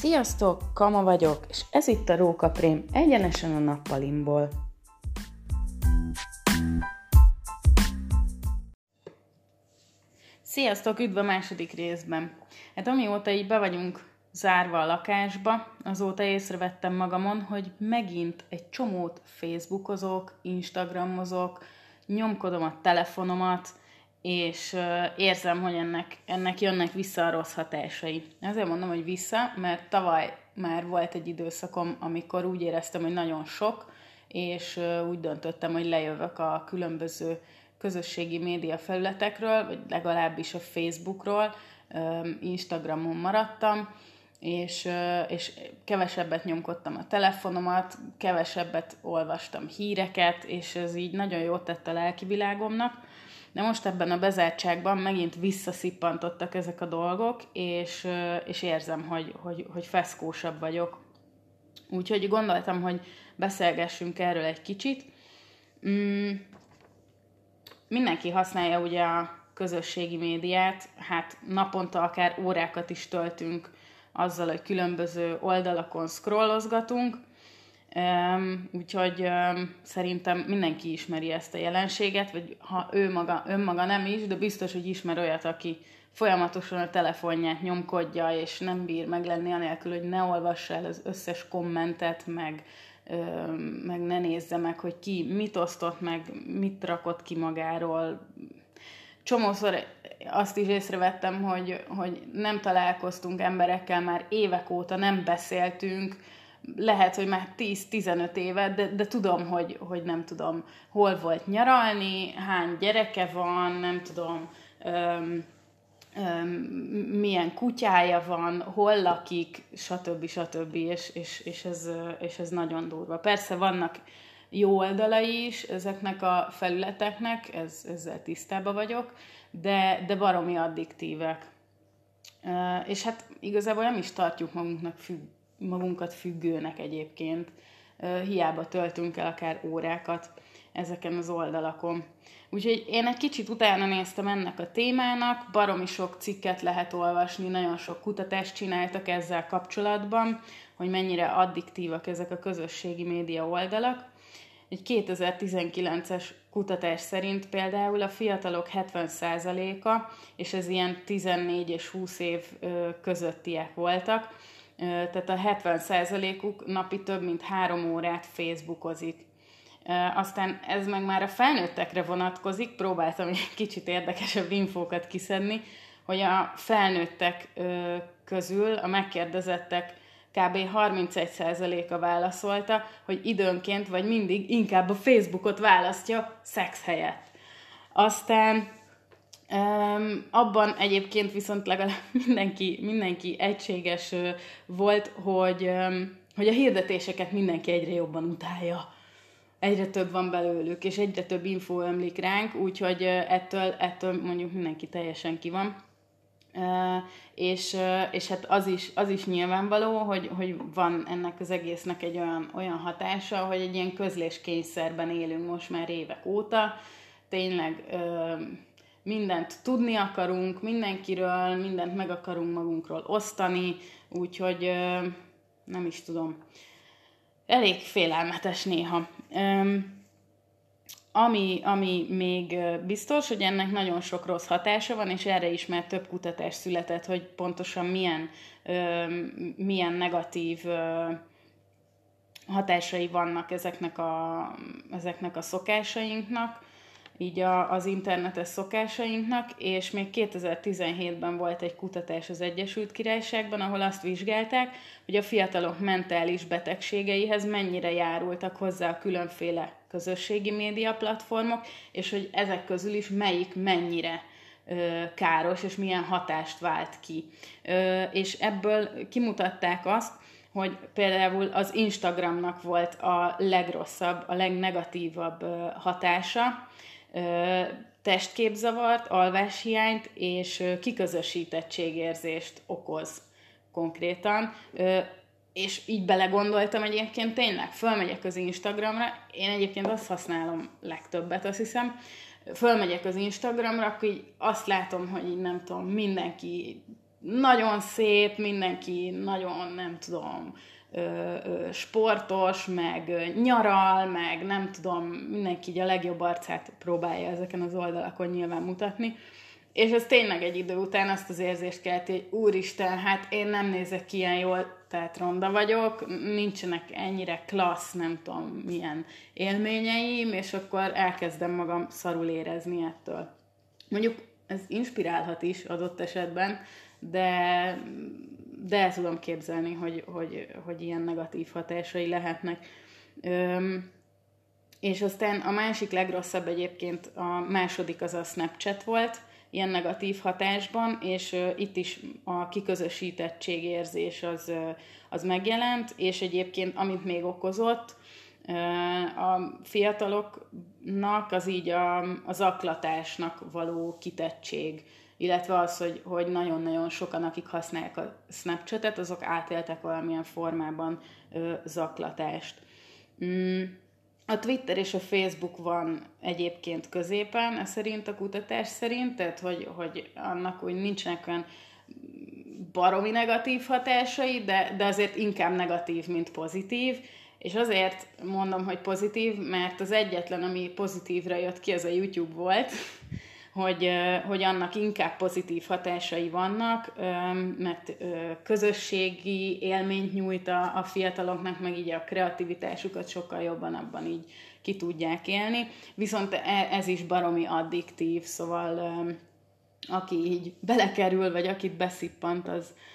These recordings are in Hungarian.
Sziasztok, Kama vagyok, és ez itt a Rókaprém egyenesen a nappalimból. Sziasztok, üdv a második részben. Hát amióta így be vagyunk zárva a lakásba, azóta észrevettem magamon, hogy megint egy csomót facebookozok, instagramozok, nyomkodom a telefonomat, és érzem, hogy ennek jönnek vissza a rossz hatásai. Ezért mondom, hogy vissza, mert tavaly már volt egy időszakom, amikor úgy éreztem, hogy nagyon sok, és úgy döntöttem, hogy lejövök a különböző közösségi média felületekről, vagy legalábbis a Facebookról, Instagramon maradtam, és kevesebbet nyomkodtam a telefonomat, kevesebbet olvastam híreket, és ez így nagyon jót tett a lelki világomnak. De most ebben a bezártságban megint visszaszippantottak ezek a dolgok, és érzem, hogy feszkósabb vagyok. Úgyhogy gondoltam, hogy beszélgessünk erről egy kicsit. Mindenki használja ugye a közösségi médiát, hát naponta akár órákat is töltünk azzal, hogy különböző oldalakon scrollozgatunk, úgyhogy szerintem mindenki ismeri ezt a jelenséget, vagy ha önmaga nem is, de biztos, hogy ismer olyat, aki folyamatosan a telefonját nyomkodja, és nem bír meg lenni anélkül, hogy ne olvassa el az összes kommentet, meg ne nézze meg, hogy ki mit osztott meg, mit rakott ki magáról. Csomószor azt is észrevettem, hogy nem találkoztunk emberekkel, már évek óta nem beszéltünk, lehet, hogy már 10-15 éve, de tudom, hogy nem tudom, hol volt nyaralni, hány gyereke van, nem tudom, milyen kutyája van, hol lakik, stb. És ez nagyon durva. Persze vannak jó oldalai is ezeknek a felületeknek, ezzel tisztában vagyok, de baromi addiktívek. És hát igazából nem is tartjuk magunkat függőnek egyébként. Hiába töltünk el akár órákat ezeken az oldalakon. Úgyhogy én egy kicsit utána néztem ennek a témának, baromi sok cikket lehet olvasni, nagyon sok kutatást csináltak ezzel kapcsolatban, hogy mennyire addiktívak ezek a közösségi média oldalak. Egy 2019-es kutatás szerint például a fiatalok 70%-a, és ez ilyen 14 és 20 év közöttiek voltak, tehát a 70%-uk napi több mint 3 órát facebookozik. Aztán ez meg már a felnőttekre vonatkozik, próbáltam egy kicsit érdekesebb infókat kiszedni, hogy a felnőttek közül a megkérdezettek kb. 31%-a válaszolta, hogy időnként vagy mindig inkább a Facebookot választja szex helyett. Aztán abban egyébként viszont legalább mindenki egységes volt, hogy a hirdetéseket mindenki egyre jobban utálja. Egyre több van belőlük, és egyre több infó ömlik ránk, úgyhogy ettől mondjuk mindenki teljesen ki van. És hát az is nyilvánvaló, hogy van ennek az egésznek egy olyan hatása, hogy egy ilyen közléskényszerben élünk most már évek óta. Tényleg mindent tudni akarunk mindenkiről, mindent meg akarunk magunkról osztani, úgyhogy nem is tudom. Elég félelmetes néha. Ami még biztos, hogy ennek nagyon sok rossz hatása van, és erre is már több kutatás született, hogy pontosan milyen negatív hatásai vannak ezeknek a szokásainknak, így az internetes szokásainknak, és még 2017-ben volt egy kutatás az Egyesült Királyságban, ahol azt vizsgálták, hogy a fiatalok mentális betegségeihez mennyire járultak hozzá a különféle közösségi média platformok, és hogy ezek közül is melyik mennyire káros, és milyen hatást vált ki. És ebből kimutatták azt, hogy például az Instagramnak volt a legrosszabb, a legnegatívabb hatása, testképzavart, alváshiányt és kiközösítettségérzést okoz konkrétan. És így belegondoltam egyébként tényleg, fölmegyek az Instagramra, én egyébként azt használom legtöbbet, azt hiszem, fölmegyek az Instagramra, akkor így azt látom, hogy így nem tudom, mindenki nagyon szép, mindenki nagyon, nem tudom, sportos, meg nyaral, meg nem tudom, mindenki így a legjobb arcát próbálja ezeken az oldalakon nyilván mutatni. És ez tényleg egy idő után azt az érzést kelti, hogy úristen, hát én nem nézek ki ilyen jól, tehát ronda vagyok, nincsenek ennyire klassz, nem tudom, milyen élményeim, és akkor elkezdem magam szarul érezni ettől. Mondjuk ez inspirálhat is adott esetben, de el tudom képzelni, hogy ilyen negatív hatásai lehetnek. És aztán a másik legrosszabb egyébként a második, az a Snapchat volt, ilyen negatív hatásban, és itt is a kiközösítettségérzés az megjelent, és egyébként amit még okozott, a fiataloknak az így a zaklatásnak való kitettség, illetve az, hogy nagyon-nagyon sokan, akik használják a Snapchatet, azok átéltek valamilyen formában zaklatást. A Twitter és a Facebook van egyébként középen, ez szerint a kutatás szerint, tehát hogy annak úgy nincsenek olyan baromi negatív hatásai, de azért inkább negatív, mint pozitív. És azért mondom, hogy pozitív, mert az egyetlen, ami pozitívra jött ki, az a YouTube volt, hogy annak inkább pozitív hatásai vannak, mert közösségi élményt nyújt a fiataloknak, meg így a kreativitásukat sokkal jobban abban így ki tudják élni. Viszont ez is baromi addiktív, szóval aki így belekerül, vagy akit beszippant,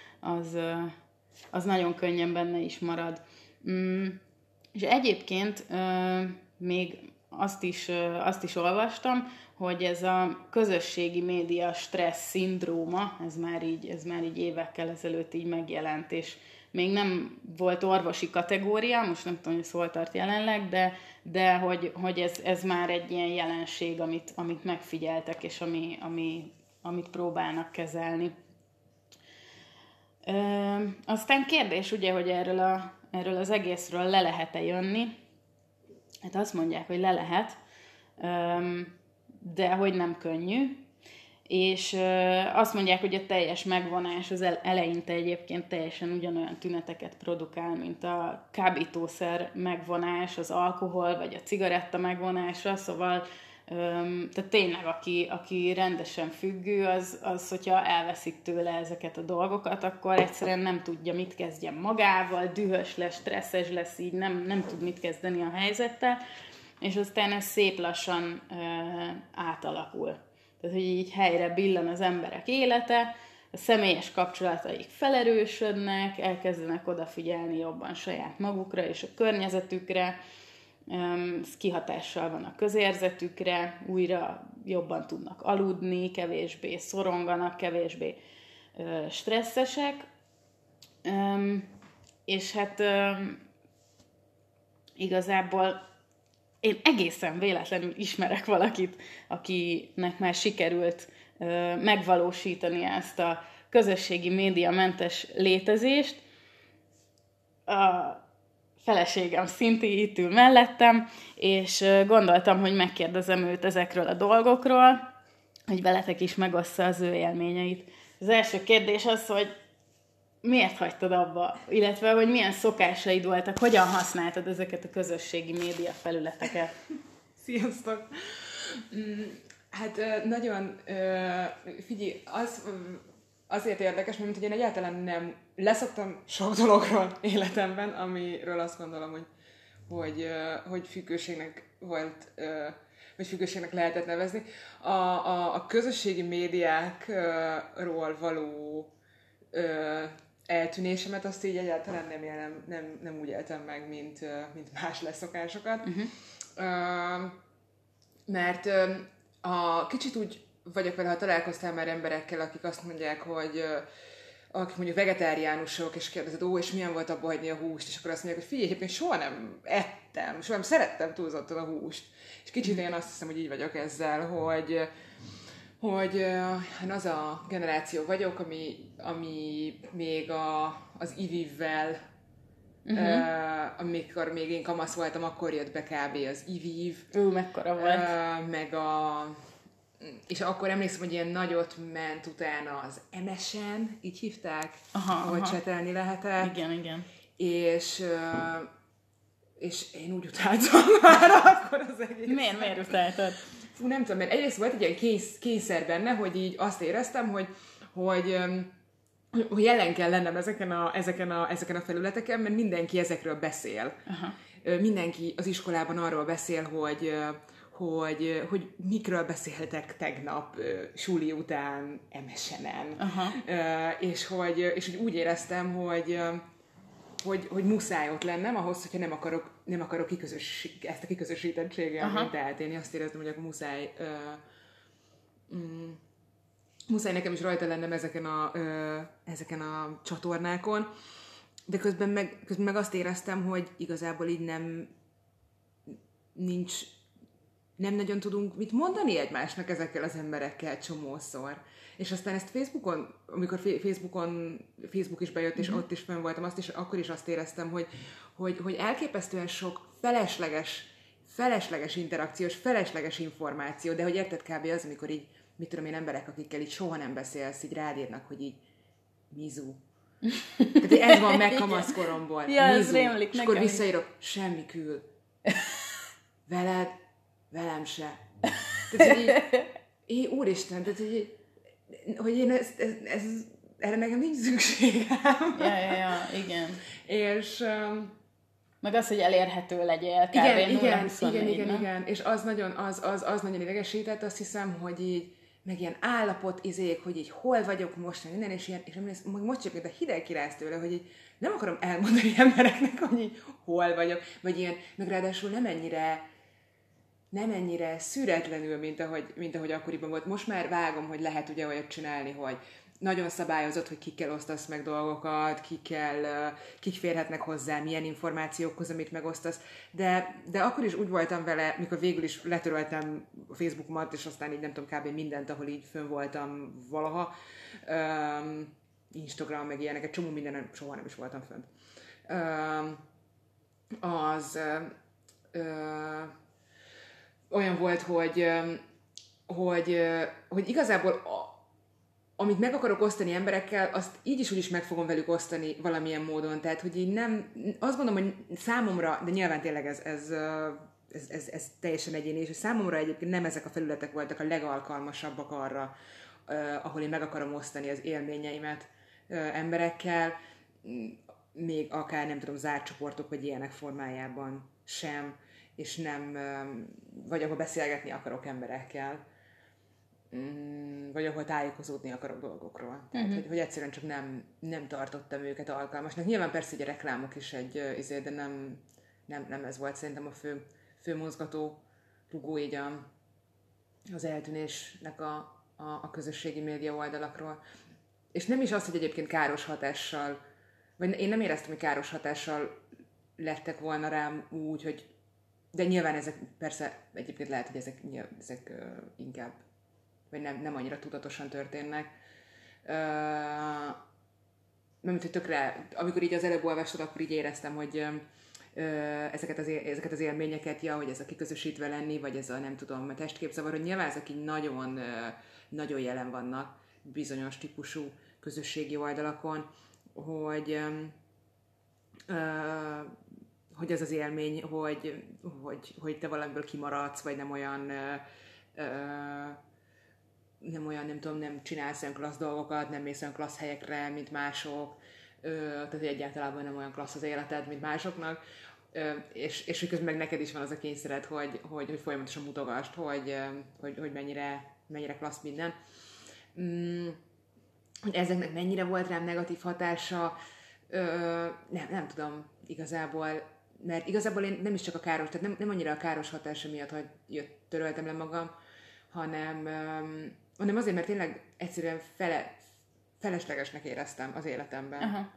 az nagyon könnyen benne is marad. És egyébként még azt is olvastam, hogy ez a közösségi média stressz szindróma, ez már így évekkel ezelőtt így megjelent, és még nem volt orvosi kategória, most nem tudom, hogy ez hol tart jelenleg, de hogy ez már egy ilyen jelenség, amit megfigyeltek, és amit próbálnak kezelni. Aztán kérdés ugye, hogy erről az egészről le lehet-e jönni. Hát azt mondják, hogy le lehet, de hogy nem könnyű. És azt mondják, hogy a teljes megvonás az eleinte egyébként teljesen ugyanolyan tüneteket produkál, mint a kábítószer megvonás, az alkohol vagy a cigaretta megvonása, szóval tehát tényleg, aki rendesen függő, az, hogyha elveszik tőle ezeket a dolgokat, akkor egyszerűen nem tudja, mit kezdjen magával, dühös lesz, stresszes lesz, így nem tud mit kezdeni a helyzettel, és aztán ez szép lassan átalakul. Tehát, hogy így helyre billen az emberek élete, a személyes kapcsolataik felerősödnek, elkezdenek odafigyelni jobban saját magukra és a környezetükre, ez kihatással van a közérzetükre, újra jobban tudnak aludni, kevésbé szoronganak, kevésbé stresszesek, és hát igazából én egészen véletlenül ismerek valakit, akinek már sikerült megvalósítani ezt a közösségi médiamentes létezést. A feleségem Szinti itt ül mellettem, és gondoltam, hogy megkérdezem őt ezekről a dolgokról, hogy veletek is megossza az ő élményeit. Az első kérdés az, hogy miért hagytad abba, illetve hogy milyen szokásaid voltak, hogyan használtad ezeket a közösségi média felületeket? Sziasztok! Hát nagyon, figyelj, azért érdekes, mert én egyáltalán nem leszoktam sok dologról életemben, amiről azt gondolom, hogy függőségnek volt, vagy függőségnek lehetett nevezni. A közösségi médiákról való eltűnésemet azt így egyáltalán nem úgy éltem meg, mint más leszokásokat. Mert kicsit úgy vagyok vele, ha találkoztál már emberekkel, akik azt mondják, hogy akik mondjuk vegetáriánusok, és kérdezed, és milyen volt abba hagyni a húst, és akkor azt mondják, hogy figyelj, egyébként soha nem ettem, soha nem szerettem túlzottan a húst. És kicsit én azt hiszem, hogy így vagyok ezzel, hogy az a generáció vagyok, ami még az ivívvel, amikor még én kamasz voltam, akkor jött be kb. Az ivív. Mekkora volt. és akkor emlékszem, hogy ilyen nagyot ment utána az MSN, így hívták, ahol csetelni lehetett. Igen. És én úgy utáltam már akkor az egész. Miért utáltad? Fú, nem tudom, mert egyrészt volt egy ilyen kényszer benne, hogy így azt éreztem, hogy jelen kell lennem ezeken a felületeken, mert mindenki ezekről beszél. Aha. Mindenki az iskolában arról beszél, hogy mikről beszéltek tegnap suli után MSN-en. És hogy úgy éreztem, hogy muszáj ott lennem ahhoz, hogyha nem akarok ezt a kiközösítettséggel eltérni. Azt éreztem, hogy akkor muszáj nekem is rajta lennem ezeken a csatornákon, de közben meg azt éreztem, hogy igazából így nem nagyon tudunk mit mondani egymásnak ezekkel az emberekkel csomószor. És aztán ezt Facebookon, amikor Facebook is bejött, és ott is fenn voltam, akkor is azt éreztem, hogy elképesztően sok felesleges interakciós, felesleges információ, de hogy érted kb. Az, amikor így, mit tudom én, emberek, akikkel így soha nem beszélsz, így rád írnak, hogy így mizu. Tehát ez van megkamaszkoromból. Mizu. És akkor visszaírok, semmi kül. Velem se. Tehát, hogy úristen, tehát, hogy én erre nekem nincs szükségem. Ja, igen. És... meg az, hogy elérhető legyél. Igen. És az nagyon idegesített, azt hiszem, hogy így, meg ilyen állapot hogy így hol vagyok most, minden, és most csak a hideg királysz tőle, hogy így nem akarom elmondani embereknek, hogy így hol vagyok, vagy ilyen, meg ráadásul nem ennyire szüretlenül, mint ahogy akkoriban volt. Most már vágom, hogy lehet ugye olyat csinálni, hogy nagyon szabályozott, hogy kikkel osztasz meg dolgokat, kik férhetnek hozzá, milyen információkhoz, amit megosztasz, de akkor is úgy voltam vele, mikor végül is letöröltem a Facebookomat, és aztán így nem tudom, kb. Mindent, ahol így fönn voltam valaha, Instagram, meg ilyeneket, csomó minden, soha nem is voltam fönt. Olyan volt, hogy igazából amit meg akarok osztani emberekkel, azt így is úgy is meg fogom velük osztani valamilyen módon. Tehát, hogy így nem, azt gondolom, hogy számomra, de nyilván tényleg ez teljesen egyéni, és számomra egyébként nem ezek a felületek voltak a legalkalmasabbak arra, ahol én meg akarom osztani az élményeimet emberekkel, még akár nem tudom, zárt csoportok vagy ilyenek formájában sem, és nem, vagy ahol beszélgetni akarok emberekkel, vagy ahol tájékozódni akarok dolgokról. Tehát, hogy egyszerűen csak nem tartottam őket alkalmasnak. Nyilván persze, hogy a reklámok is de nem ez volt szerintem a fő mozgató rugó így az eltűnésnek a közösségi média oldalakról. És nem is az, hogy egyébként káros hatással, vagy én nem éreztem, hogy káros hatással lettek volna rám úgy, hogy de nyilván ezek persze egyébként lehet, hogy ezek inkább vagy nem annyira tudatosan történnek. Mert hogy tökre, amikor így az előbb olvastad, akkor így éreztem, hogy ezeket az élményeket, hogy ez a kiközösítve lenni, vagy ez a nem tudom, testképzavar, hogy nyilván ezek így nagyon, nagyon jelen vannak bizonyos típusú közösségi oldalakon, hogy ez az élmény, hogy te valamiből kimaradsz, vagy nem olyan, nem tudom, nem csinálsz olyan klassz dolgokat, nem mész olyan klassz helyekre, mint mások, tehát egyáltalán nem olyan klassz az életed, mint másoknak, és hogy közben meg neked is van az a kényszered, hogy folyamatosan mutogasd, hogy mennyire klassz minden. Hogy ezeknek mennyire volt rám negatív hatása, nem tudom igazából, mert igazából én nem is csak a káros, tehát nem annyira a káros hatása miatt, hogy töröltem le magam, hanem azért, mert tényleg egyszerűen feleslegesnek éreztem az életemben. Aha.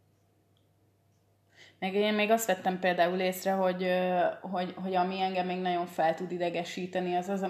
Meg én még azt vettem például észre, hogy ami engem még nagyon fel tud idegesíteni, az,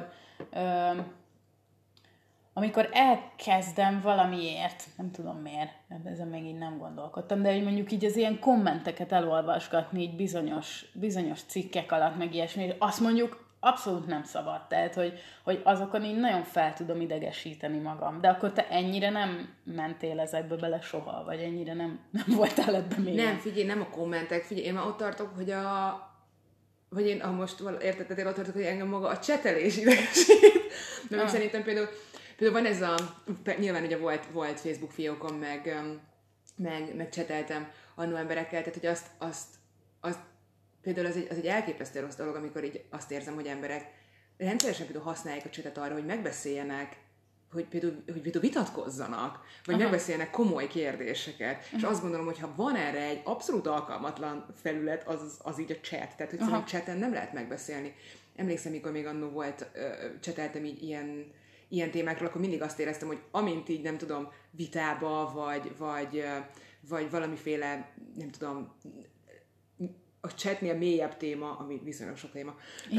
amikor elkezdem valamiért, nem tudom miért, ezen még így nem gondolkodtam, de hogy mondjuk így az ilyen kommenteket elolvasgatni így bizonyos cikkek alatt, meg ilyesmi, azt mondjuk abszolút nem szabad. Tehát, hogy azokon így nagyon fel tudom idegesíteni magam. De akkor te ennyire nem mentél ezekbe bele soha, vagy ennyire nem voltál ebben még? Nem, figyelj, nem a kommentek, figyelj, én már ott tartok, hogy vagy én, ha most értetted, én ott tartok, hogy engem maga a csetelés idegesít. De szerintem például van ez nyilván ugye volt Facebook fiókom, meg cseteltem annó emberekkel, tehát hogy azt például az egy elképesztő rossz dolog, amikor így azt érzem, hogy emberek rendszeresen például használják a csetet arra, hogy megbeszéljenek, hogy például vitatkozzanak, vagy megbeszéljenek komoly kérdéseket. És azt gondolom, hogy ha van erre egy abszolút alkalmatlan felület, az így a chat. Tehát, hogy szerintem chaten nem lehet megbeszélni. Emlékszem, mikor még annó cseteltem így ilyen témákról, akkor mindig azt éreztem, hogy amint így, nem tudom, vitába, vagy valamiféle, nem tudom, a chatnél mélyebb téma, ami viszonylag sok téma,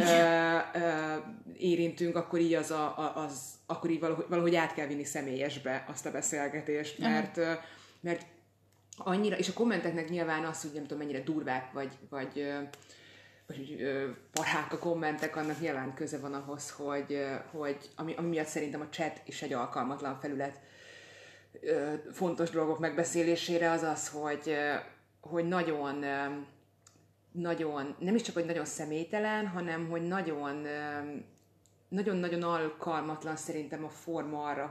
érintünk, akkor így akkor így valahogy át kell vinni személyesbe azt a beszélgetést, mert annyira, és a kommenteknek nyilván az, hogy nem tudom, mennyire durvák, vagy parhák a kommentek, annak nyilván köze van ahhoz, hogy ami miatt szerintem a chat is egy alkalmatlan felület fontos dolgok megbeszélésére, az, hogy nagyon, nem is csak, hogy nagyon személytelen, hanem, hogy nagyon-nagyon alkalmatlan szerintem a forma arra,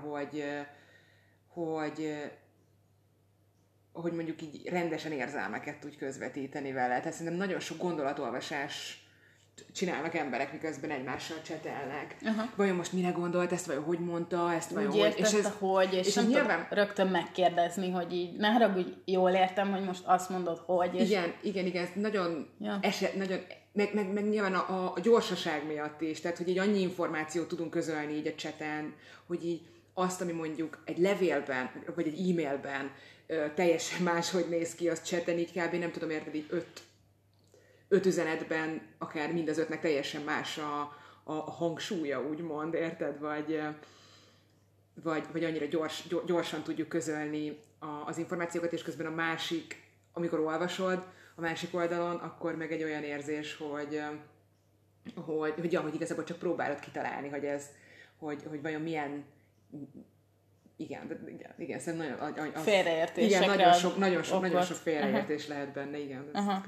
hogy mondjuk így rendesen érzelmeket tudj közvetíteni vele. Tehát szerintem nagyon sok gondolatolvasás csinálnak emberek, miközben egymással csetelnek. Vajon most mire gondolt ezt, vajon hogy mondta ezt, vajon hogy... És nem nyilván... rögtön megkérdezni, hogy így, ne haragudj, jól értem, hogy most azt mondod, hogy... És... Igen, nagyon meg nyilván a gyorsaság miatt is, tehát hogy így annyi információt tudunk közölni így a chaten, hogy így azt, ami mondjuk egy levélben, vagy egy e-mailben teljesen máshogy néz ki, az chaten így kb. Nem tudom érteni, így öt üzenetben, akár mind az ötnek teljesen más a hangsúlya, úgymond, érted? Vagy annyira gyorsan tudjuk közölni az információkat, és közben a másik, amikor olvasod a másik oldalon, akkor meg egy olyan érzés, hogy igazából csak próbálod kitalálni, hogy vajon milyen igen, szerintem nagyon... Félreértésekre. Igen, nagyon sok félreértés lehet benne, igen.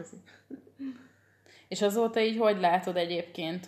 És azóta így hogy látod egyébként,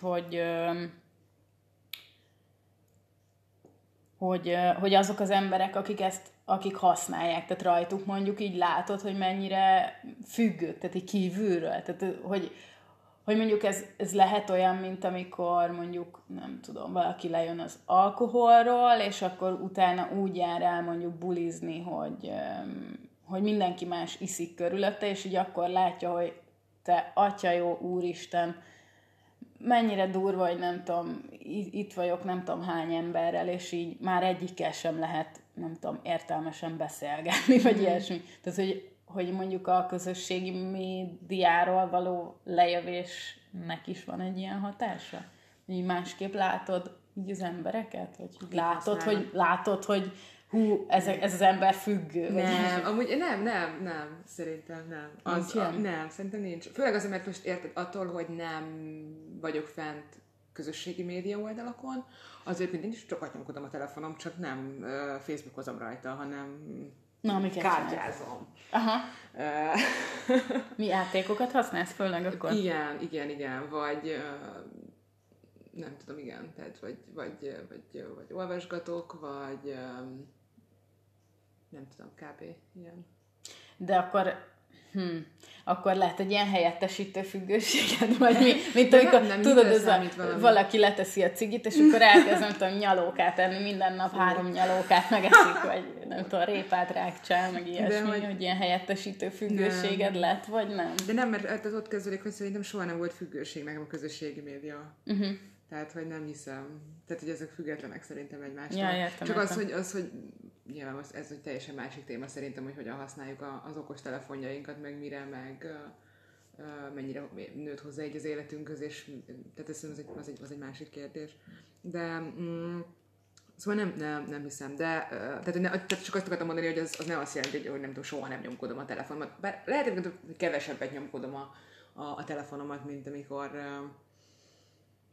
hogy azok az emberek, akik használják, tehát rajtuk mondjuk így látod, hogy mennyire függők, tehát így kívülről, tehát hogy mondjuk ez lehet olyan, mint amikor mondjuk, nem tudom, valaki lejön az alkoholról, és akkor utána úgy jár el mondjuk bulizni, hogy mindenki más iszik körülötte, és így akkor látja, hogy te, atya jó úristen, mennyire durva, hogy nem tudom, itt vagyok nem tudom hány emberrel, és így már egyikkel sem lehet, nem tudom, értelmesen beszélgetni, vagy ilyesmi. Tehát, hogy mondjuk a közösségi médiáról való lejövésnek is van egy ilyen hatása? Így másképp látod így az embereket? Vagy látod, hogy hú, ez az ember függő? Nem, amúgy nem, szerintem nem. Nem, szerintem nincs. Főleg azért, mert most érted, attól, hogy nem vagyok fent közösségi média oldalakon, azért mindig is csak nyomkodom a telefonom, csak nem Facebookozom rajta, hanem kártyázom. Aha. Mi játékokat használsz főleg akkor? Igen, vagy nem tudom, igen, tehát vagy olvasgatok, vagy nem tudom, kb. Ilyen. De akkor lehet egy ilyen helyettesítő függőséged, vagy mi? Mint amikor, tudod, valaki leteszi a cigit, és akkor elkezd, nem tudom, nyalókát enni, minden nap 3 nyalókát megeszik, vagy nem tudom, répát rákcsál, meg ilyesmi, hogy ilyen helyettesítő függőséged lett, vagy nem? De nem, mert az ott kezdődik, hogy szerintem soha nem volt függőség nekem a közösségi média. Tehát, hogy nem hiszem. Tehát, hogy ezek függetlenek szerintem egymástól. Ja, értem, csak az, hogy nyilván ez egy teljesen másik téma szerintem, hogy hogyan használjuk az okos telefonjainkat, meg mire, meg mennyire nőtt hozzá így az életünkhöz, és tehát ez az egy másik kérdés. De szóval nem hiszem, de tehát csak azt akartam mondani, hogy az nem azt jelenti, hogy nem tudom, soha nem nyomkodom a telefonomat. Bár lehet, hogy kevesebbet nyomkodom a telefonomat, mint amikor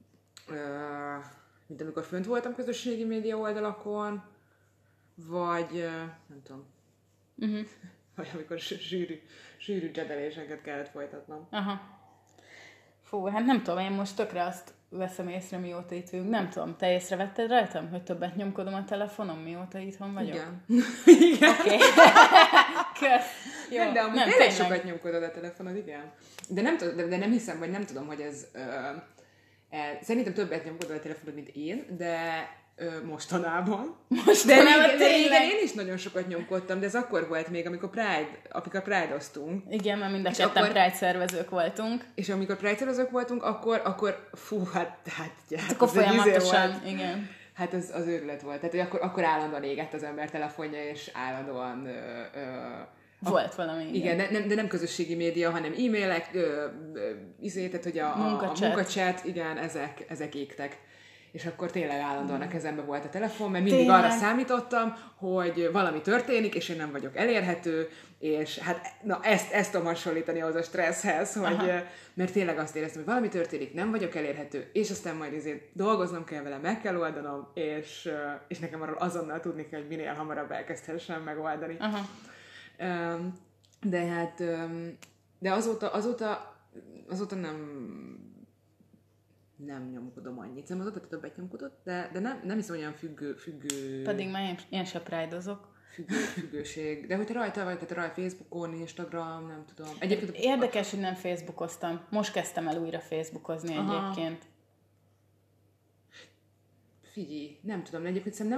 mint amikor fönt voltam közösségi média oldalakon, vagy nem tudom, vagy amikor sűrű cseteléseket kellett folytatnom. Aha. Fú, hát nem tudom, én most tökre azt veszem észre, mióta itt vagyunk. Nem tudom, te észrevetted rajtam, hogy többet nyomkodom a telefonom, mióta itthon vagyok? Igen. Oké. Kösz. Jó, de amúgy tényleg sokat nyomkodod a telefonod, igen. De nem hiszem, vagy nem tudom, hogy ez... szerintem többet nyomkodod a telefonod, mint én, de mostanában. De igen, én is nagyon sokat nyomkodtam, de ez akkor volt még, amikor Pride-oztunk. Igen, mert mind a ketten Pride szervezők voltunk. És amikor Pride szervezők voltunk, akkor fú, hát akkor folyamatosan, igen. Hát az őrület volt. Tehát, hogy akkor állandóan égett az ember telefonja, és állandóan... volt valami. Igen, de nem közösségi média, hanem e-mailek, tehát, hogy a munkachat, igen, ezek égtek. És akkor tényleg állandóan a kezembe volt a telefon, mert mindig arra számítottam, hogy valami történik, és én nem vagyok elérhető, és hát na, ezt tudom hasonlítani ahhoz a stresszhez, hogy, mert tényleg azt éreztem, hogy valami történik, nem vagyok elérhető, és aztán majd ezért dolgoznom kell vele, meg kell oldanom, és nekem arról azonnal tudni kell, hogy minél hamarabb elkezdhessem megoldani. De hát, de azóta nem nyomkodom annyit. Szerintem azóta többet nyomkodott, de nem hiszem olyan függő... Pedig már én se pride-ozok. Függőség. De hogy te rajta vagy, tehát rajta Facebookon, Instagram, nem tudom. Egyébként érdekes, hogy nem Facebookoztam. Most kezdtem el újra Facebookozni egyébként. Figyelj, nem tudom, egyébként szerintem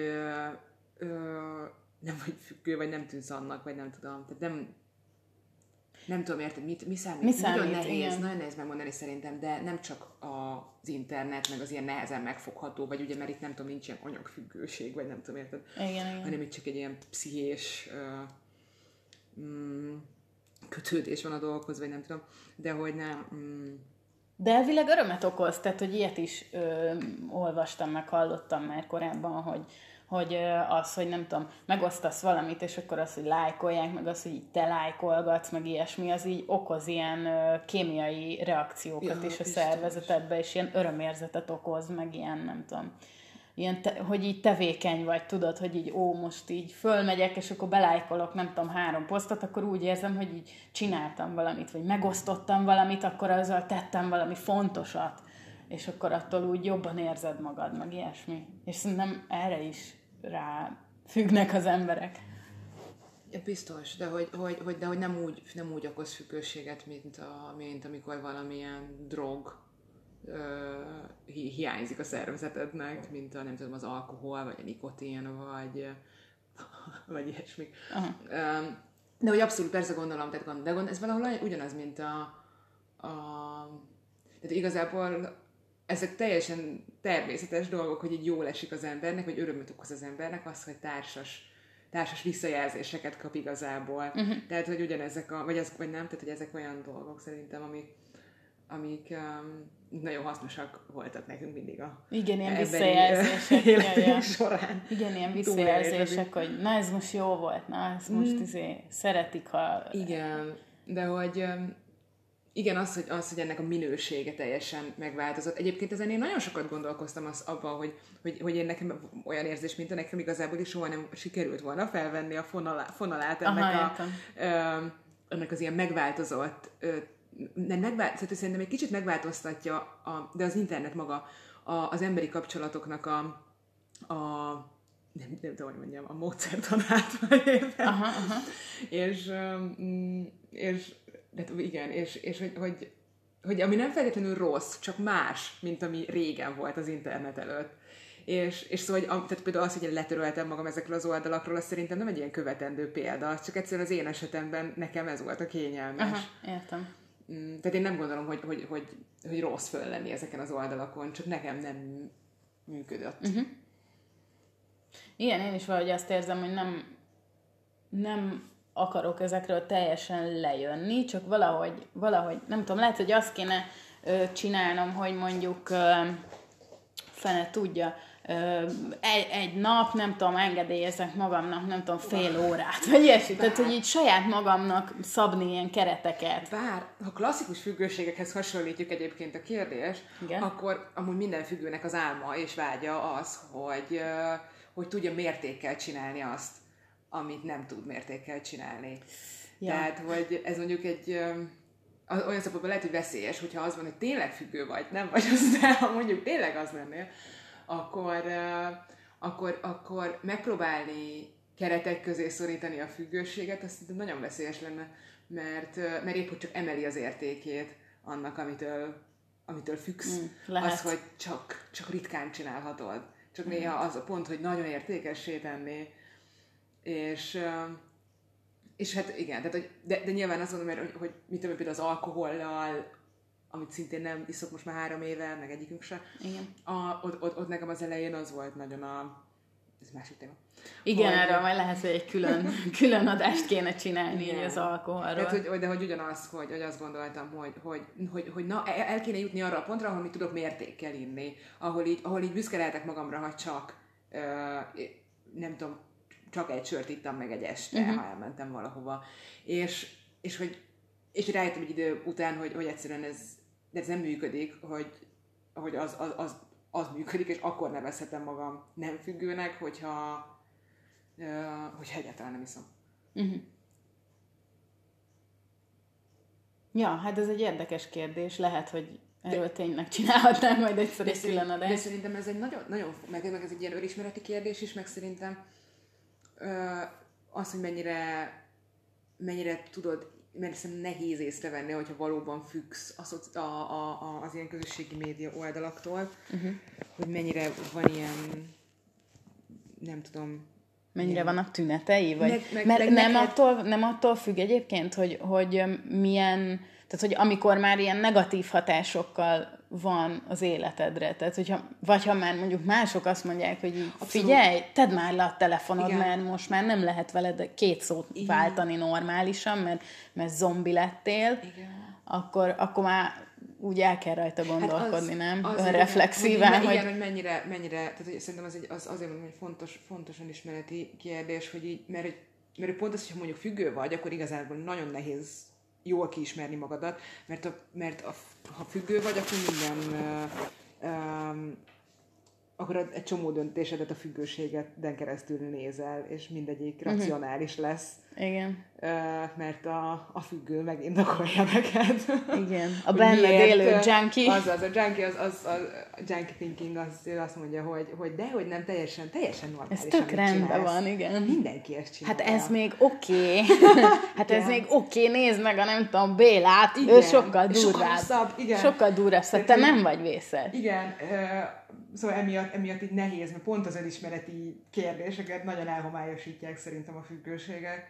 nem vagy függő, vagy nem tűnsz annak, vagy nem tudom. Tehát nem tudom, érted, mi számít? Nagyon nehéz megmondani szerintem, de nem csak az internet, meg az ilyen nehezen megfogható, vagy ugye, mert itt nem tudom, nincs ilyen anyagfüggőség, vagy nem tudom, érted? Igen. Hanem itt csak egy ilyen pszichés kötődés van a dolgokhoz, vagy nem tudom, de hogy nem... De elvileg örömet okoz, tehát, hogy ilyet is olvastam, meg hallottam már korábban, hogy az, hogy nem tudom, megosztasz valamit, és akkor az, hogy lájkolják, meg az, hogy így te lájkolgatsz, meg ilyesmi, az így okoz ilyen kémiai reakciókat is a szervezetedbe, és ilyen örömérzetet okoz, meg ilyen, nem tudom, ilyen hogy így tevékeny vagy, tudod, hogy így most így fölmegyek, és akkor belájkolok, nem tudom, 3 posztot, akkor úgy érzem, hogy így csináltam valamit, vagy megosztottam valamit, akkor azzal tettem valami fontosat, és akkor attól úgy jobban érzed magad, meg ilyesmi. És szerintem erre is ráfüggnek az emberek. Ja, biztos, de hogy nem úgy okoz függőséget, mint amikor valamilyen drog hiányzik a szervezetednek, mint nem tudom, az alkohol, vagy a nikotin, vagy ilyesmi. De hogy abszolút persze gondolom, de ez valahol ugyanaz, mint tehát igazából ezek teljesen természetes dolgok, hogy így jól esik az embernek, vagy örömöt okoz az embernek az, hogy társas visszajelzéseket kap igazából. Tehát, hogy ugyanezek vagy nem, tehát, hogy ezek olyan dolgok szerintem, amik nagyon hasznosak voltak nekünk mindig igen, ilyen visszajelzések során. Igen, ilyen visszajelzések, hogy na ez most jó volt, na ez most szeretik, ha... Igen, de hogy... Igen, az, hogy ennek a minősége teljesen megváltozott. Egyébként ezen én nagyon sokat gondolkoztam abban, hogy én nekem olyan érzés, mint nekem igazából is soha nem sikerült volna felvenni a fonalát ennek az ilyen megváltozott, tehát szerintem egy kicsit megváltoztatja, de az internet maga az emberi kapcsolatoknak nem tudom, hogy mondjam, a módszertanát vagy éppen. És de igen, és hogy ami nem feltétlenül rossz, csak más, mint ami régen volt az internet előtt. És szóval, tehát például az, hogy én letöröltem magam ezekről az oldalakról, az szerintem nem egy ilyen követendő példa, az csak egyszerűen az én esetemben nekem ez volt a kényelmes. Értem. Tehát én nem gondolom, hogy rossz föl lenni ezeken az oldalakon, csak nekem nem működött. Igen, én is valahogy azt érzem, hogy nem akarok ezekről teljesen lejönni, csak valahogy, nem tudom, lehet, hogy azt kéne csinálnom, hogy mondjuk fene tudja, egy nap, nem tudom, engedélyezek magamnak, nem tudom, fél órát, vagy ilyesmi. Tehát, hogy így saját magamnak szabni ilyen kereteket. Bár, ha klasszikus függőségekhez hasonlítjuk egyébként a kérdést, igen, akkor amúgy minden függőnek az álma és vágya az, hogy tudja mértékkel csinálni azt, amit nem tud mértékkel csinálni. Ja. Tehát, hogy ez mondjuk egy olyan szempontból lehet, hogy veszélyes, hogyha az van, hogy tényleg függő vagy, nem vagy az, de ha mondjuk tényleg az lennél, akkor megpróbálni keretek közé szorítani a függőséget, az szerintem nagyon veszélyes lenne, mert épp, hogy csak emeli az értékét annak, amitől függsz. Az, hogy csak ritkán csinálhatod. Csak néha az a pont, hogy nagyon értékessé tenni. És hát igen, tehát, de nyilván azt mondom, hogy mit tudom, például az alkohollal, amit szintén nem iszok most már 3 éve, meg egyikünk sem. Igen. Ott nekem az elején az volt nagyon ez másik téma. Igen, erről majd lehet, hogy egy külön adást kéne csinálni így az alkoholról. Tehát, de hogy ugyanaz, hogy azt gondoltam, hogy na, el kéne jutni arra a pontra, ahol mi tudok mértékkel inni. Ahol így büszke lehetek magamra, ha csak nem tudom, csak egy sört ittam meg egy este, ha elmentem valahova. És rájöttem egy idő után, hogy egyszerűen ez nem működik, hogy az működik, és akkor nevezhetem magam nem függőnek, hogyha egyáltalán nem iszom. Ja, hát ez egy érdekes kérdés. Lehet, hogy erről tényleg csinálhatnám majd egyszer egy külön adást. De szerintem ez egy nagyon meg ez egy ilyen önismereti kérdés is, meg szerintem az, hogy mennyire tudod, mert szerintem nehéz észrevenni, hogyha valóban függsz az ilyen közösségi média oldalaktól, hogy mennyire van ilyen, nem tudom... Mennyire vannak tünetei? Vagy? Mert nem attól függ egyébként, hogy milyen... Tehát, hogy amikor már ilyen negatív hatásokkal van az életedre. Tehát, ha már mondjuk mások azt mondják, hogy így, figyelj, tedd már le a telefonod, igen, mert most már nem lehet veled 2 szót váltani normálisan, mert zombi lettél, akkor már úgy el kell rajta gondolkodni, nem? Reflexíven, hogy... Igen, hogy mennyire tehát hogy szerintem azért mondom, hogy fontos önismereti kérdés, hogy így, mert pont az, hogy mondjuk függő vagy, akkor igazából nagyon nehéz jól kiismerni magadat, mert ha függő vagy, akkor akkor egy csomó döntésedet a függőségeden keresztül nézel, és mindegyik racionális lesz. Igen. Mert a függő megindokolja neked. Igen. A benned élő junkie. A junkie, a junkie thinking azt mondja, hogy dehogy nem teljesen normális. Ez tök rendben van, igen. Mindenki ezt csinálja. Hát ez még oké. Ez még oké, nézd meg a nem tudom, Bélát, igen. Ő sokkal durvább. Sokkal durvább, te nem vagy vészes. Igen. Szóval emiatt így nehéz, mert pont az önismereti kérdéseket nagyon elhomályosítják szerintem a függőségek.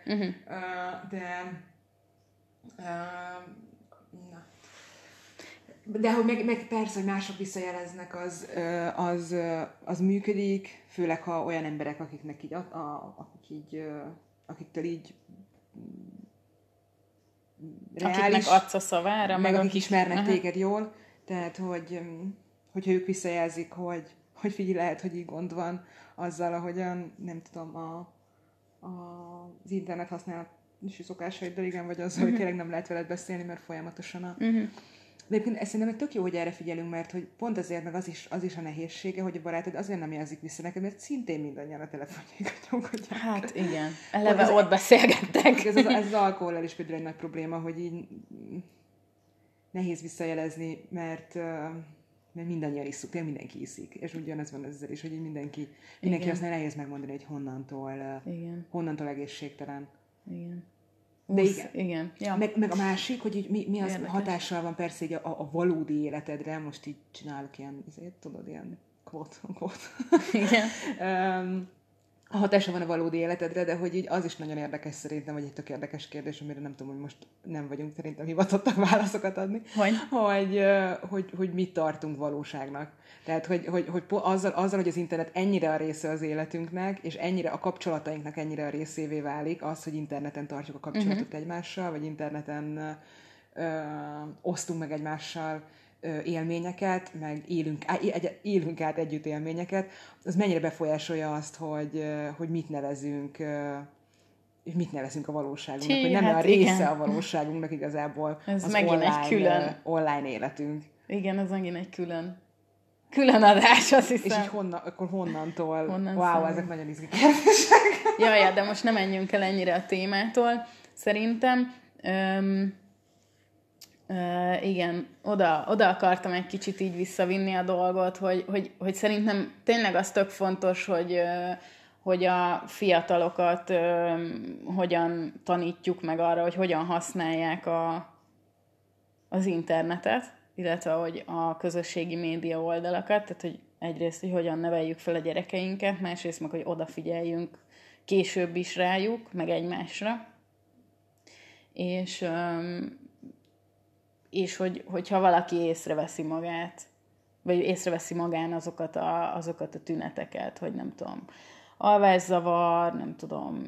De hogy meg persze, hogy mások visszajeleznek, az működik, főleg ha olyan emberek, akiknek így, akiktől így reális, akiknek adsz a szavára, meg akik ismernek téged jól, tehát hogyha ők visszajelzik, hogy figyelj, lehet, hogy így gond van azzal, ahogyan, nem tudom, az internet használatási szokásaiddal, igen, vagy azzal, hogy tényleg nem lehet veled beszélni, mert folyamatosan De egyébként szerintem egy tök jó, hogy erre figyelünk, mert hogy pont azért, meg az is a nehézsége, hogy a barátod azért nem jelzik vissza neked, mert szintén mindannyian a telefonjaikat nyomkodják. Hát igen, eleve ott beszélgettek. Ez az alkohollal is például egy nagy probléma, hogy így nehéz visszajelezni, mert mindannyian iszunk, tényleg mindenki iszik, és ugyanez van ezzel is, hogy így mindenki használja, nehéz megmondani, hogy honnantól egészségtelen. Igen. De igen. Ja. Meg a másik, hogy így mi az érdekes hatással van persze így a valódi életedre, most így csinálok ilyen, tudod, ilyen quote. Igen. A hatása van a valódi életedre, de hogy így az is nagyon érdekes szerintem, vagy egy tök érdekes kérdés, amire nem tudom, hogy most nem vagyunk szerintem hivatottak válaszokat adni. Hogy mit tartunk valóságnak. Tehát, hogy azzal, hogy az internet ennyire a része az életünknek, és ennyire a kapcsolatainknak ennyire a részévé válik, az, hogy interneten tartjuk a kapcsolatot egymással, vagy interneten osztunk meg egymással élményeket, meg élünk át együtt élményeket, az mennyire befolyásolja azt, hogy mit nevezünk a valóságunknak, hogy nem a része igen. a valóságunknak igazából ez az online életünk. Igen, ez megint egy külön adás, azt hiszem. És így akkor honnantól? Wow, ezek nagyon izgi kérdések. Ja, de most nem menjünk el ennyire a témától. Szerintem igen, oda akartam egy kicsit így visszavinni a dolgot, hogy szerintem tényleg az tök fontos, hogy a fiatalokat hogyan tanítjuk meg arra, hogy hogyan használják az internetet, illetve hogy a közösségi média oldalakat, tehát hogy egyrészt, hogy hogyan neveljük fel a gyerekeinket, másrészt meg, hogy odafigyeljünk később is rájuk, meg egymásra. És hogyha valaki észreveszi magát, vagy észreveszi magán azokat a tüneteket, hogy nem tudom, alvászavar, nem tudom,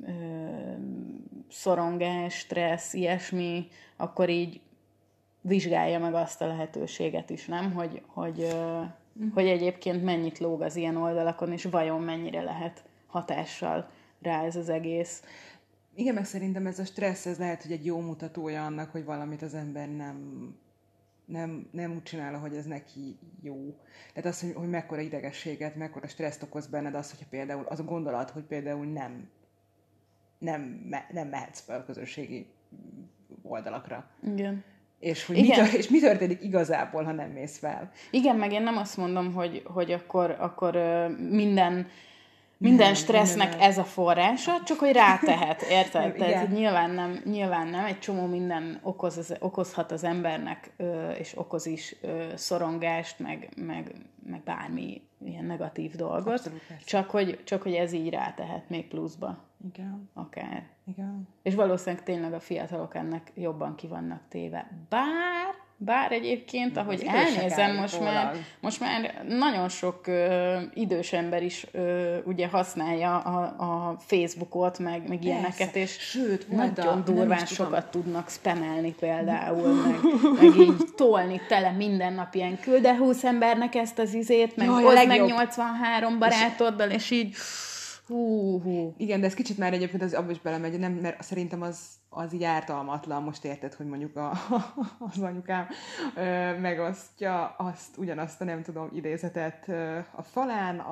szorongás, stressz, ilyesmi, akkor így vizsgálja meg azt a lehetőséget is, nem? Hogy egyébként mennyit lóg az ilyen oldalakon, és vajon mennyire lehet hatással rá ez az egész. Igen, meg szerintem ez a stressz, ez lehet, hogy egy jó mutatója annak, hogy valamit az ember nem úgy csinál, hogy ez neki jó. Tehát az, hogy mekkora idegességet, mekkora stresszt okoz benned az, hogyha például az a gondolat, hogy például nem mehetsz fel a közösségi oldalakra. Igen. És hogy mi történik igazából, ha nem mész fel. Igen, meg én nem azt mondom, hogy akkor minden stressznek ez a forrása, csak hogy rátehet, érted? Tehát nyilván nem, egy csomó minden okozhat az embernek, és okoz is szorongást, meg bármi ilyen negatív dolgot. Abszolút, csak hogy ez így rátehet még pluszba. Igen. Akár. Igen. És valószínűleg tényleg a fiatalok ennek jobban ki vannak téve. Bár egyébként, ahogy elnézem, most már nagyon sok idős ember is ugye használja a Facebookot, meg ilyeneket, és sőt, nagyon durván sokat tudnak spamelni például, meg így tolni tele minden nap ilyen külde 20 embernek ezt az izét, meg hozd meg 83 barátoddal, és így Igen, de ez kicsit már egyébként az abba is belemegy, nem, mert szerintem az így ártalmatlan, most érted, hogy mondjuk az anyukám megosztja ugyanazt a nem tudom idézetet a falán,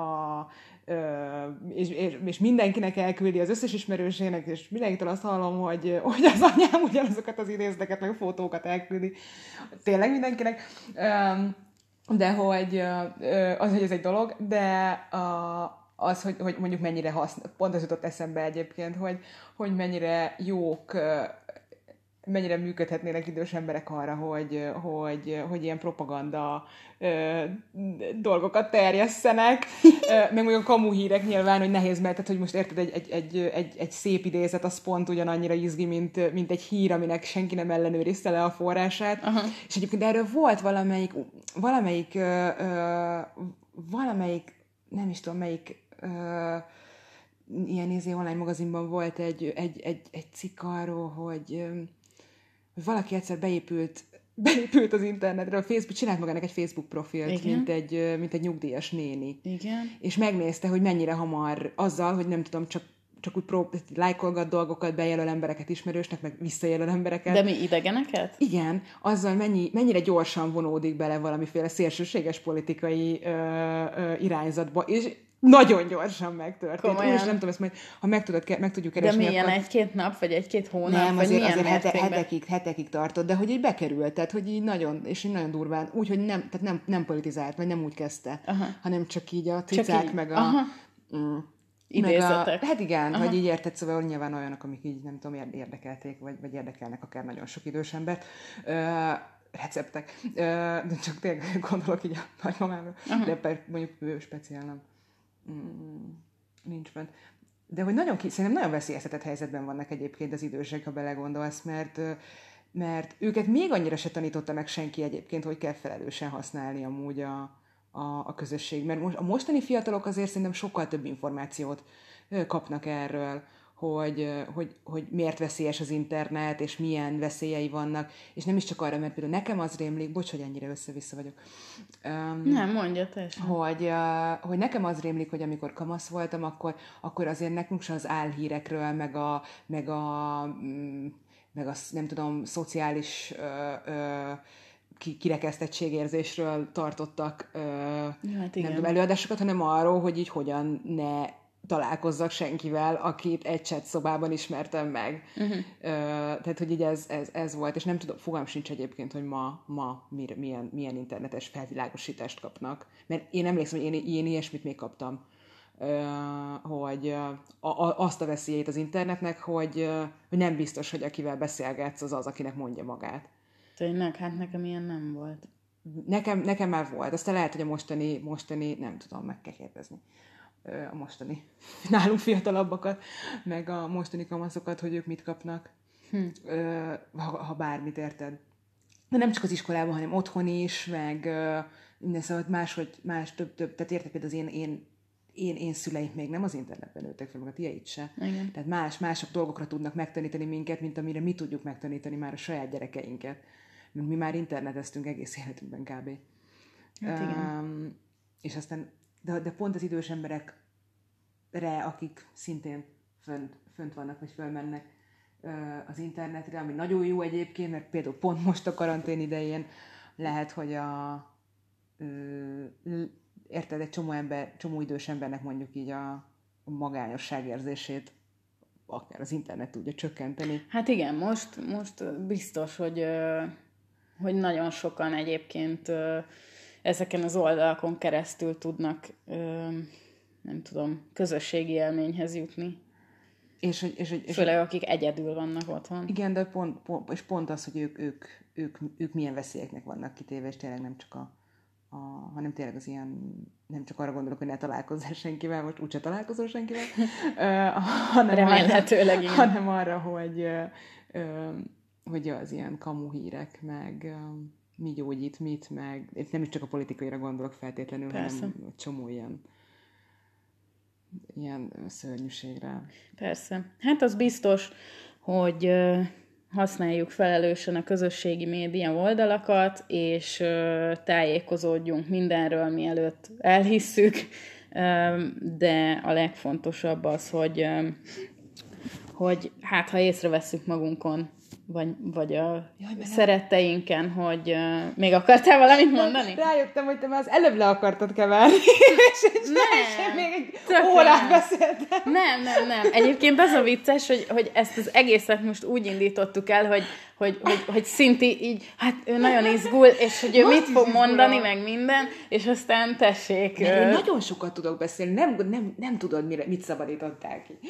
és mindenkinek elküldi az összes ismerősének, és mindenkitől azt hallom, hogy az anyám ugyanazokat az idézeteket, meg fotókat elküldi. Tényleg mindenkinek. De hogy ez egy dolog, de az, hogy mondjuk mennyire pont az jutott eszembe egyébként, hogy mennyire jók, mennyire működhetnének idős emberek arra, hogy ilyen propaganda dolgokat terjesszenek, meg mondjuk a kamu hírek nyilván, hogy nehéz, mert hogy most érted, egy szép idézet, az pont ugyanannyira izgi, mint egy hír, aminek senki nem ellenőrizte le a forrását. Aha. És egyébként erről volt valamelyik nem is tudom melyik ilyen online magazinban volt egy cikk arról, hogy valaki egyszer beépült az internetre, a Facebook, csinált magának egy Facebook profilt, mint egy nyugdíjas néni. Igen. És megnézte, hogy mennyire hamar azzal, hogy nem tudom, csak úgy lájkolgat dolgokat, bejelöl embereket ismerősnek, meg visszajelöl embereket. De mi, idegeneket? Igen, azzal mennyire gyorsan vonódik bele valamiféle szélsőséges politikai irányzatba, és nagyon gyorsan megtörtént. Úgy is nem tudom, ezt majd, ha meg tudjuk keresni. De milyen, egy-két nap, vagy egy-két hónap? Nem, azért hetekig tartott, de hogy így bekerült, tehát hogy így nagyon durván, úgy, hogy nem politizált, vagy nem úgy kezdte, hanem csak így a cicák, meg a... idézetek. Hát igen, vagy így érted, szóval nyilván olyanok, amik így nem tudom, érdekelték, vagy érdekelnek akár nagyon sok idős embert. Receptek. De csak tényleg gondolok így a nagymamára. De mondjuk speciál nem. Nincs fent. De hogy szerintem nagyon veszélyeztetett helyzetben vannak egyébként az idősek, ha belegondolsz, mert őket még annyira se tanította meg senki egyébként, hogy kell felelősen használni amúgy a közösség. Mert a mostani fiatalok azért szerintem sokkal több információt kapnak erről, hogy miért veszélyes az internet, és milyen veszélyei vannak, és nem is csak arra, mert például nekem az rémlik, bocs, hogy ennyire össze-vissza vagyok. Nem, mondja teljesen. Hogy nekem az rémlik, hogy amikor kamasz voltam, akkor azért nekünk sem az álhírekről, meg a nem tudom, szociális kirekesztettségérzésről tartottak nem tudom, előadásokat, hanem arról, hogy így hogyan ne találkozzak senkivel, akit egy chat szobában ismertem meg. Tehát, hogy így ez volt, és nem tudom, fogalmam sincs egyébként, hogy ma milyen internetes felvilágosítást kapnak. Mert én emlékszem, hogy én ilyesmit még kaptam. Hogy azt a veszélyét az internetnek, hogy nem biztos, hogy akivel beszélgetsz, az, akinek mondja magát. Tényleg? Hát nekem ilyen nem volt. Nekem már volt. Aztán lehet, hogy a mostani nem tudom, meg kell kérdezni a mostani nálunk fiatalabbakat, meg a mostani kamaszokat, hogy ők mit kapnak. Ha bármit érted. De nem csak az iskolában, hanem otthon is, meg minden, szóval más több, tehát érted például az én szüleim még nem az internetben nőttek fel, meg a tiéd se. Igen. Tehát mások dolgokra tudnak megtanítani minket, mint amire mi tudjuk megtanítani már a saját gyerekeinket. Mert mi már interneteztünk egész életünkben kb. Hát igen. És aztán, de pont az idős emberekre, akik szintén fönt vannak, vagy fölmennek az internetre, ami nagyon jó egyébként, mert például pont most a karantén idején lehet, hogy érted, egy csomó idős embernek mondjuk így a magányosság érzését akár az internet tudja csökkenteni. Hát igen, most biztos, hogy nagyon sokan egyébként ezeken az oldalakon keresztül tudnak, nem tudom, közösségi élményhez jutni. Főleg akik egyedül vannak otthon. Igen, de pont az, hogy ők milyen veszélyeknek vannak kitéve, és tényleg nem csak hanem tényleg az ilyen, nem csak arra gondolok, hogy ne találkozzál senkivel, most úgyse találkozol senkivel, hanem arra, hogy az ilyen kamu hírek, meg mi gyógyít mit, meg nem is csak a politikaira gondolok feltétlenül, Persze. hanem csomó ilyen szörnyűségre. Persze. Hát az biztos, hogy használjuk felelősen a közösségi média oldalakat, és tájékozódjunk mindenről, mielőtt elhisszük, de a legfontosabb az, hogy hát ha észrevesszük magunkon, vagy a szeretteinken, hogy még akartál valamit mondani? Rájöttem, hogy te már az előbb le akartad keverni, és még egy órát beszéltem. Nem. Egyébként az a vicces, hogy ezt az egészet most úgy indítottuk el, hogy Szinti így, hát ő nagyon izgul, és hogy ő mit fog mondani, meg minden, és aztán tessék. Én nagyon sokat tudok beszélni, nem tudod, mit szabadítottál ki.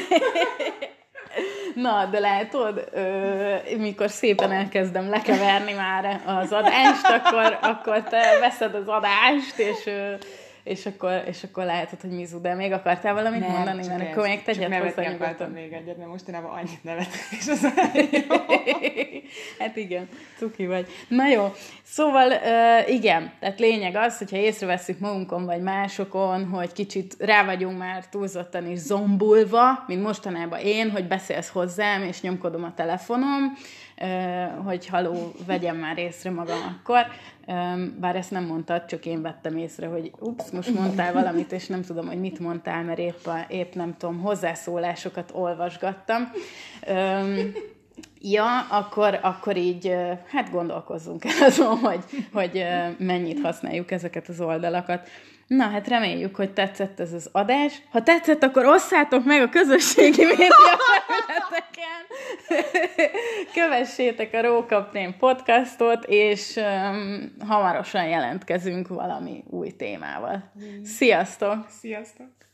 Na, de látod, mikor szépen elkezdem lekeverni már az adást, akkor te veszed az adást, és akkor látod, hogy Mizu, de még akartál valamit mondani, mert akkor még tegyed hozzá nyugodtan. Még egyet, mert mostanában annyit nevetek, és az jó. Hát igen, cuki vagy. Na jó, szóval igen, tehát lényeg az, hogyha észrevesszük magunkon vagy másokon, hogy kicsit rá vagyunk már túlzottan is zombulva, mint mostanában én, hogy beszélsz hozzám, és nyomkodom a telefonom, hogy haló, vegyem már észre magam akkor. Bár ezt nem mondtad, csak én vettem észre, hogy most mondtál valamit, és nem tudom, hogy mit mondtál, mert épp nem tudom, hozzászólásokat olvasgattam. Ja, akkor így, hát gondolkozzunk el azon, hogy mennyit használjuk ezeket az oldalakat. Na, hát reméljük, hogy tetszett ez az adás. Ha tetszett, akkor osszátok meg a közösségi média felületeken. Kövessétek a Rókaptén podcastot, és hamarosan jelentkezünk valami új témával. Sziasztok! Sziasztok!